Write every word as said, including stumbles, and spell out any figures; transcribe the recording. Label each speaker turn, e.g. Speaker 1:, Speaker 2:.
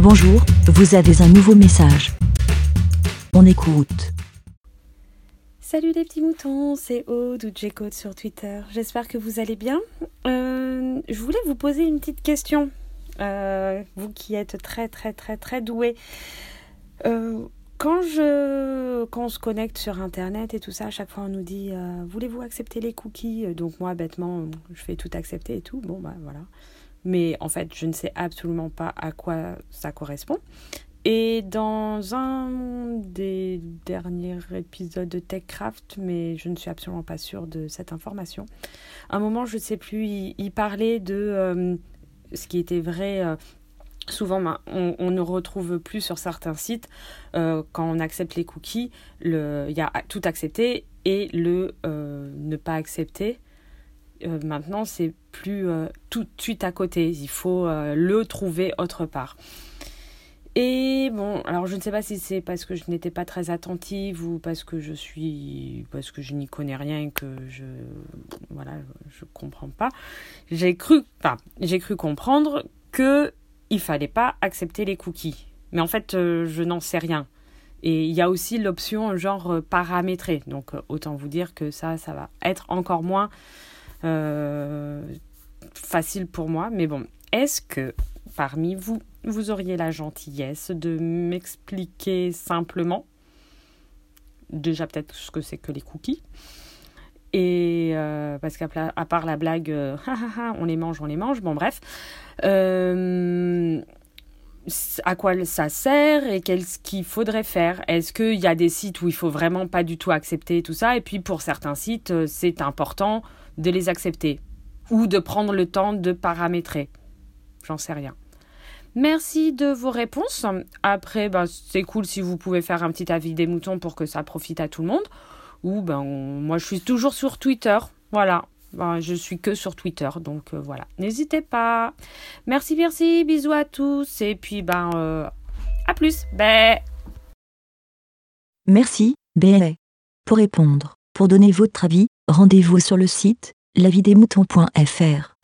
Speaker 1: Bonjour, vous avez un nouveau message. On écoute.
Speaker 2: Salut les petits moutons, c'est Aude ou J-Code sur Twitter. J'espère que vous allez bien. Euh, je voulais vous poser une petite question. Euh, vous qui êtes très très très très doués. Euh, quand, je, quand on se connecte sur Internet et tout ça, à chaque fois on nous dit euh, « Voulez-vous accepter les cookies ?» Donc moi, bêtement, je fais tout accepter et tout. Bon, bah voilà. Mais en fait, je ne sais absolument pas à quoi ça correspond. Et dans un des derniers épisodes de TechCraft, mais je ne suis absolument pas sûre de cette information, à un moment, je ne sais plus, il, il parlait de euh, ce qui était vrai. Euh, souvent, on, on ne retrouve plus sur certains sites, euh, quand on accepte les cookies, il y a tout accepter et le euh, ne pas accepter. Euh, maintenant, c'est plus euh, tout de suite à côté. Il faut euh, le trouver autre part. Et bon, alors je ne sais pas si c'est parce que je n'étais pas très attentive ou parce que je suis, parce que je n'y connais rien et que je, voilà, je comprends pas. J'ai cru, enfin, j'ai cru comprendre que il fallait pas accepter les cookies. Mais en fait, euh, je n'en sais rien. Et il y a aussi l'option genre euh, paramétrer. Donc euh, autant vous dire que ça, ça va être encore moins euh, facile pour moi. Mais bon, est-ce que parmi vous, vous auriez la gentillesse de m'expliquer simplement, déjà peut-être ce que c'est que les cookies, et euh, parce qu'à à part la blague, euh, on les mange, on les mange, bon bref, euh, à quoi ça sert et qu'est-ce qu'il faudrait faire? Est-ce qu'il y a des sites où il faut vraiment pas du tout accepter tout ça, et puis pour certains sites, c'est important de les accepter ou de prendre le temps de paramétrer? J'en sais rien. Merci de vos réponses. Après, ben, c'est cool si vous pouvez faire un petit avis des moutons pour que ça profite à tout le monde. Ou ben, on, moi, je suis toujours sur Twitter. Voilà. Ben, je suis que sur Twitter. Donc, euh, voilà. N'hésitez pas. Merci, merci. Bisous à tous. Et puis, ben, euh, à plus. Bé.
Speaker 1: Merci, bé. Pour répondre, pour donner votre avis, rendez-vous sur le site la vie des moutons point f r.